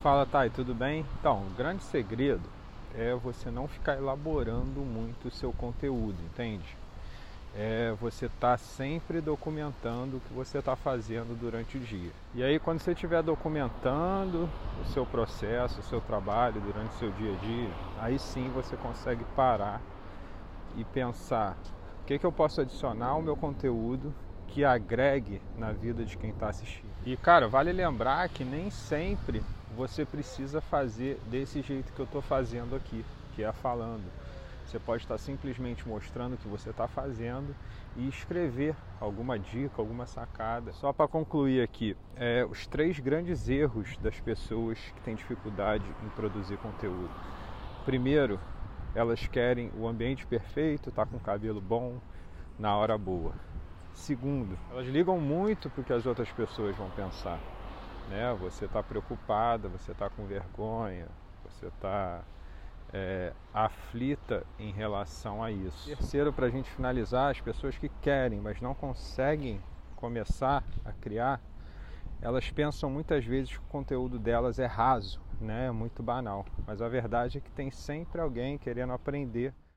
Fala, Thay, tudo bem? Então, o grande segredo é você não ficar elaborando muito o seu conteúdo, entende? É você estar sempre documentando o que você está fazendo durante o dia. E aí, quando você estiver documentando o seu processo, o seu trabalho durante o seu dia a dia, aí sim você consegue parar e pensar o que eu posso adicionar ao meu conteúdo que agregue na vida de quem está assistindo. E cara, vale lembrar que nem sempre você precisa fazer desse jeito que eu estou fazendo aqui, que é falando. Você pode estar simplesmente mostrando o que você está fazendo e escrever alguma dica, alguma sacada. Só para concluir aqui, os 3 grandes erros das pessoas que têm dificuldade em produzir conteúdo. Primeiro, elas querem o ambiente perfeito, tá com o cabelo bom, na hora boa. Segundo, elas ligam muito para o que as outras pessoas vão pensar, né? Você está preocupada, você está com vergonha, você está aflita em relação a isso. Terceiro, para a gente finalizar, as pessoas que querem, mas não conseguem começar a criar, elas pensam muitas vezes que o conteúdo delas é raso, né? É muito banal. Mas a verdade é que tem sempre alguém querendo aprender